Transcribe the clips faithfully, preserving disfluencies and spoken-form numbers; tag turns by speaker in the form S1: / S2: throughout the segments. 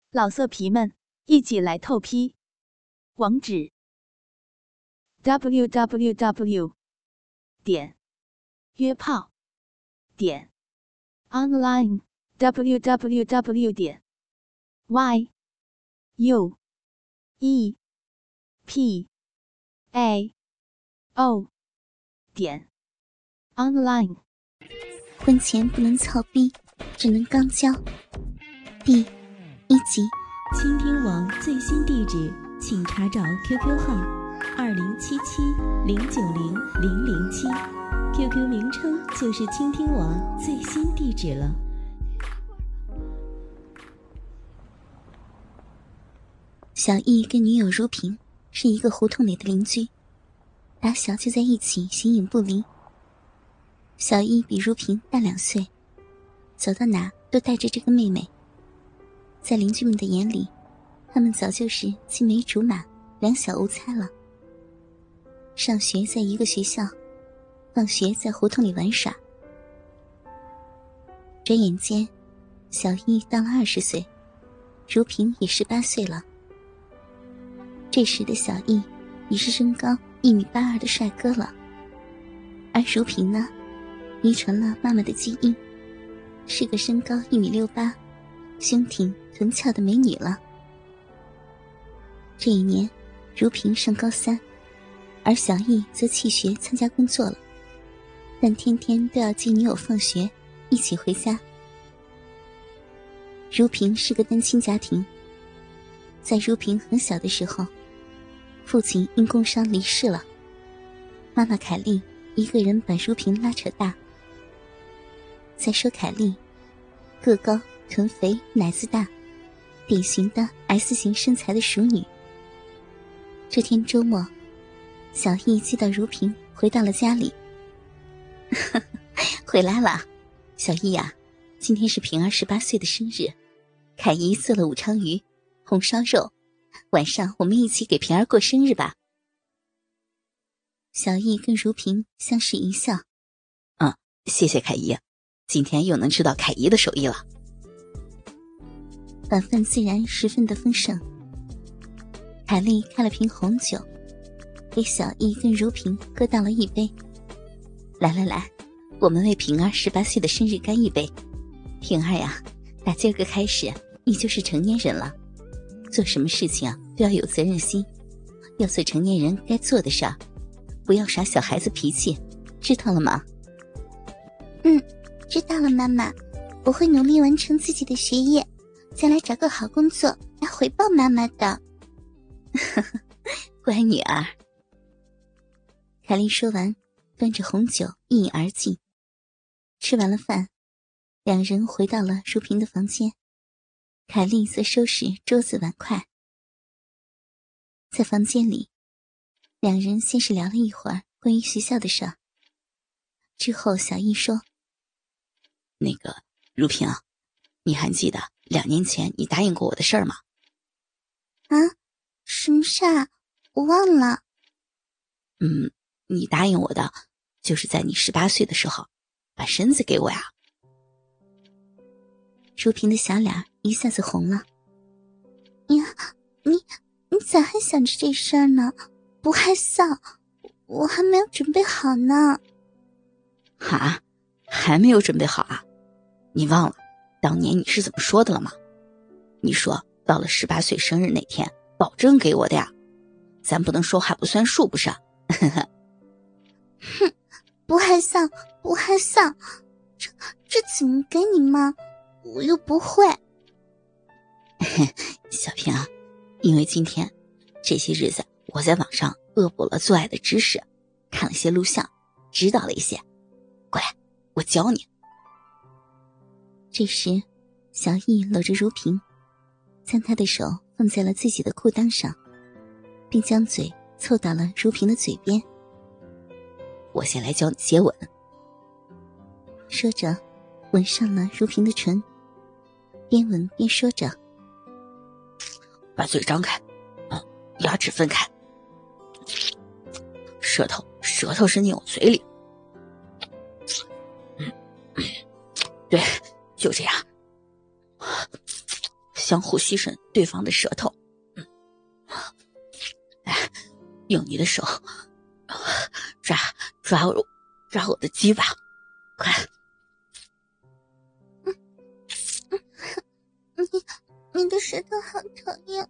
S1: 老色皮们，一起来透批！网址 ：double u double u double u 点约炮点 online w w w 点 y u e p a o 点 online。
S2: 婚前不能操逼，只能肛交。第一集。
S3: 倾听网最新地址，请查找 Q Q 号二零七七零九零零零七 ，Q Q 名称就是倾听网最新地址了。
S2: 小易跟女友如萍是一个胡同里的邻居，打小就在一起形影不离。小易比如萍大两岁，走到哪都带着这个妹妹。在邻居们的眼里，他们早就是青梅竹马，两小无猜了。上学在一个学校，放学在胡同里玩耍。转眼间，小易到了二十岁，如萍也十八岁了。这时的小易已是身高一米八二的帅哥了，而如萍呢，遗传了妈妈的基因，是个身高一米六八。胸挺臀翘的美女了。这一年，如萍上高三，而小易则弃学参加工作了，但天天都要接女友放学，一起回家。如萍是个单亲家庭，在如萍很小的时候，父亲因工伤离世了，妈妈凯丽一个人把如萍拉扯大。再说凯丽，个高臀肥奶子大，典型的 S 型身材的熟女。这天周末，小易接到如萍回到了家里。回来了，小易啊，今天是平儿十八岁的生日，凯姨做了武昌鱼、红烧肉，晚上我们一起给平儿过生日吧。小易跟如萍相视一笑。
S4: 嗯，谢谢凯姨，今天又能吃到凯姨的手艺了。
S2: 晚饭自然十分的丰盛。凯丽开了瓶红酒，给小易跟如萍各倒了一杯。来来来，我们为平儿十八岁的生日干一杯。平儿呀，打今儿个开始，你就是成年人了，做什么事情啊都要有责任心，要做成年人该做的事儿，不要耍小孩子脾气，知道了吗？嗯，知道了，妈妈，我会努力完成自己的学业，再来找个好工作来回报妈妈的。乖女儿。凯莉说完，端着红酒一饮而尽。吃完了饭，两人回到了如萍的房间，凯莉则收拾桌子碗筷。在房间里，两人先是聊了一会儿关于学校的事儿。之后小易说：
S4: 那个如萍啊，你还记得两年前你答应过我的事儿吗？
S2: 啊？什么事啊？我忘了。
S4: 嗯，你答应我的，就是在你十八岁的时候，把身子给我呀。
S2: 如萍的小脸一下子红了。呀，你你咋还想着这事儿呢？不害臊，我还没有准备好呢。
S4: 哈，还没有准备好啊？你忘了当年你是怎么说的了吗？你说到了十八岁生日那天保证给我的呀，咱不能说话不算数不是？
S2: 哼，不害臊不害臊，这这怎么给你嘛？我又不会。
S4: 小平啊，因为今天这些日子我在网上恶补了做爱的知识，看了些录像，知道了一些，过来我教你。
S2: 这时小易搂着如萍，将她的手放在了自己的裤裆上，并将嘴凑到了如萍的嘴边。
S4: 我先来教你接吻。
S2: 说着吻上了如萍的唇，边吻边说着：
S4: 把嘴张开，嗯，牙齿分开，舌头舌头伸进我嘴里，嗯，对，就这样。 相互吸吮对方的舌头。嗯，来，用你的手抓抓我抓我的鸡巴，快！
S2: 嗯嗯，你你的舌头好讨厌，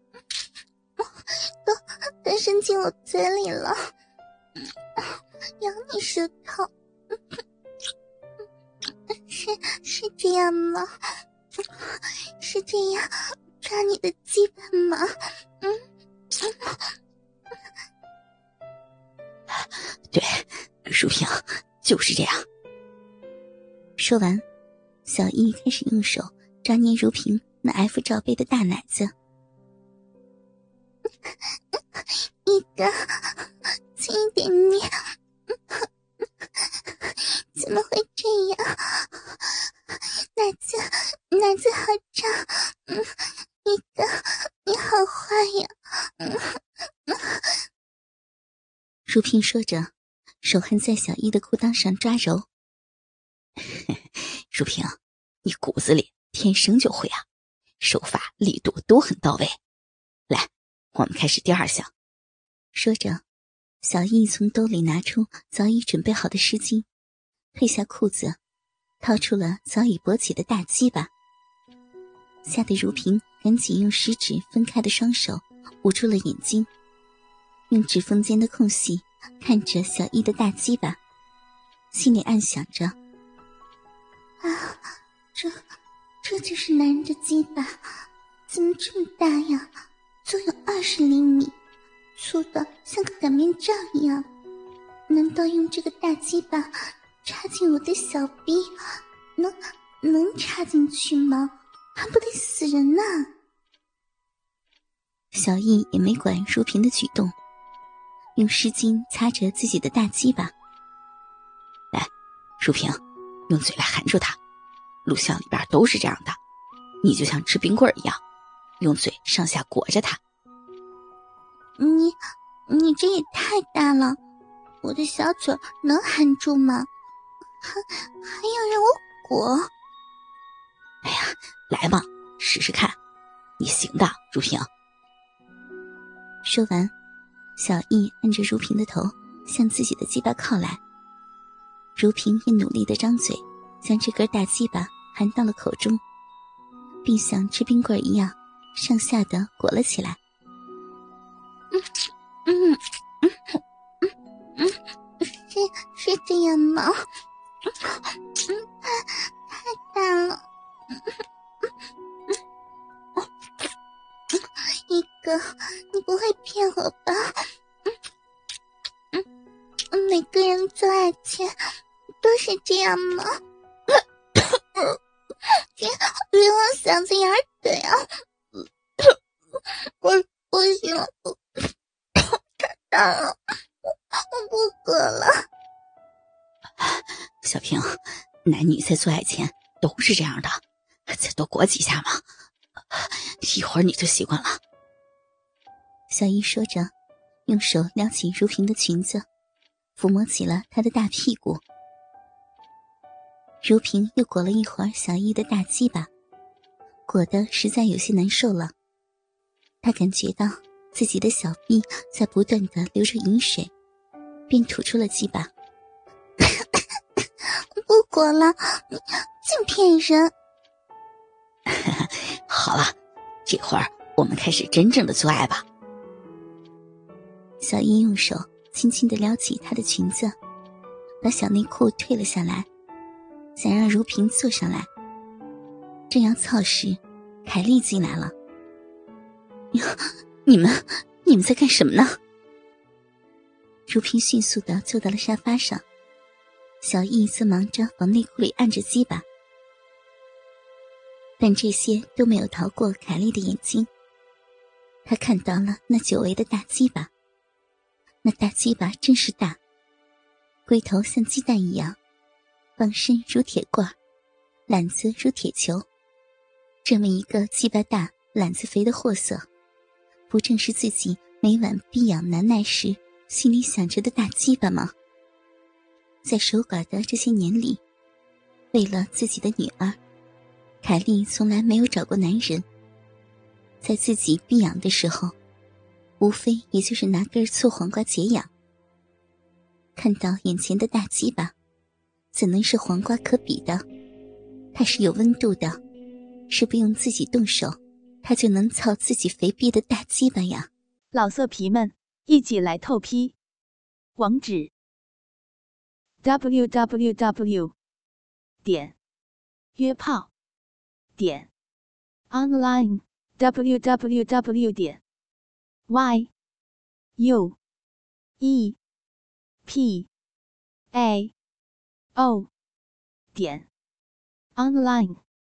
S2: 都都伸进我嘴里了，咬你舌头。是是这样吗？是这样抓你的鸡巴吗？嗯，
S4: 对，淑萍就是这样。
S2: 说完，小易开始用手抓捏如萍那 F 罩杯的大奶子。一个，轻一点你，怎么会这样？奶子，奶子好胀，嗯，一个，你好坏呀，嗯。如萍说着，手还在小易的裤裆上抓揉。
S4: 淑萍，你骨子里天生就会啊，手法力度都很到位。来，我们开始第二项。
S2: 说着，小易从兜里拿出早已准备好的湿巾，褪下裤子，掏出了早已勃起的大鸡巴，吓得如萍赶紧用食指分开的双手捂住了眼睛，用指缝间的空隙看着小易的大鸡巴，心里暗想着：啊，这这就是男人的鸡巴，怎么这么大呀？足有二十厘米，粗的像个擀面杖一样。难道用这个大鸡巴插进我的小逼，能能插进去吗？还不得死人呢！小易也没管如萍的举动，用湿巾擦着自己的大鸡巴。
S4: 来，淑萍，用嘴来含住它，录像里边都是这样的，你就像吃冰棍一样，用嘴上下裹着它。
S2: 你你这也太大了，我的小嘴能含住吗？还还要让我裹？
S4: 哎呀，来嘛，试试看，你行的，如萍。
S2: 说完，小易按着如萍的头向自己的鸡巴靠来，如萍也努力地张嘴，将这根大鸡巴含到了口中，并像吃冰棍一样上下的裹了起来。嗯嗯嗯嗯嗯，是是这样吗？嗯，太太大了。一哥，你不会骗我吧？嗯嗯，每个人做爱前都是这样吗？别别往嗓子眼儿怼啊！我不行了，太大了，我我不喝了。
S4: 小萍，男女在做爱前都是这样的，再多裹几下嘛，一会儿你就习惯了。
S2: 小易说着，用手撩起如萍的裙子，抚摸起了她的大屁股。如萍又裹了一会儿小易的大鸡巴，裹得实在有些难受了。她感觉到自己的小臂在不断地流着饮水，便吐出了鸡巴。不裹了，你净骗人。
S4: 好了，这会儿我们开始真正的做爱吧。
S2: 小易用手轻轻地撩起她的裙子，把小内裤退了下来，想让如萍坐上来。正要操时，凯莉进来了。
S4: 你们你们在干什么呢？
S2: 如萍迅速地坐到了沙发上，小易则忙着往内裤里按着鸡巴，但这些都没有逃过凯莉的眼睛。她看到了那久违的大鸡巴，那大鸡巴真是大，龟头像鸡蛋一样，棒身如铁罐，懒子如铁球。这么一个鸡巴大懒子肥的货色，不正是自己每晚逼养难耐时心里想着的大鸡巴吗？在守寡的这些年里，为了自己的女儿，凯莉从来没有找过男人， 在自己闭痒的时候，无非也就是拿根醋黄瓜解痒。看到眼前的大鸡巴，怎能是黄瓜可比的？它是有温度的，是不用自己动手，它就能操自己肥逼的大鸡巴呀！
S1: 老色皮们，一起来透批！网址 ：double-u double-u double-u 点约炮点 online double-u double-u double-u 点 y u e p a o 点 online。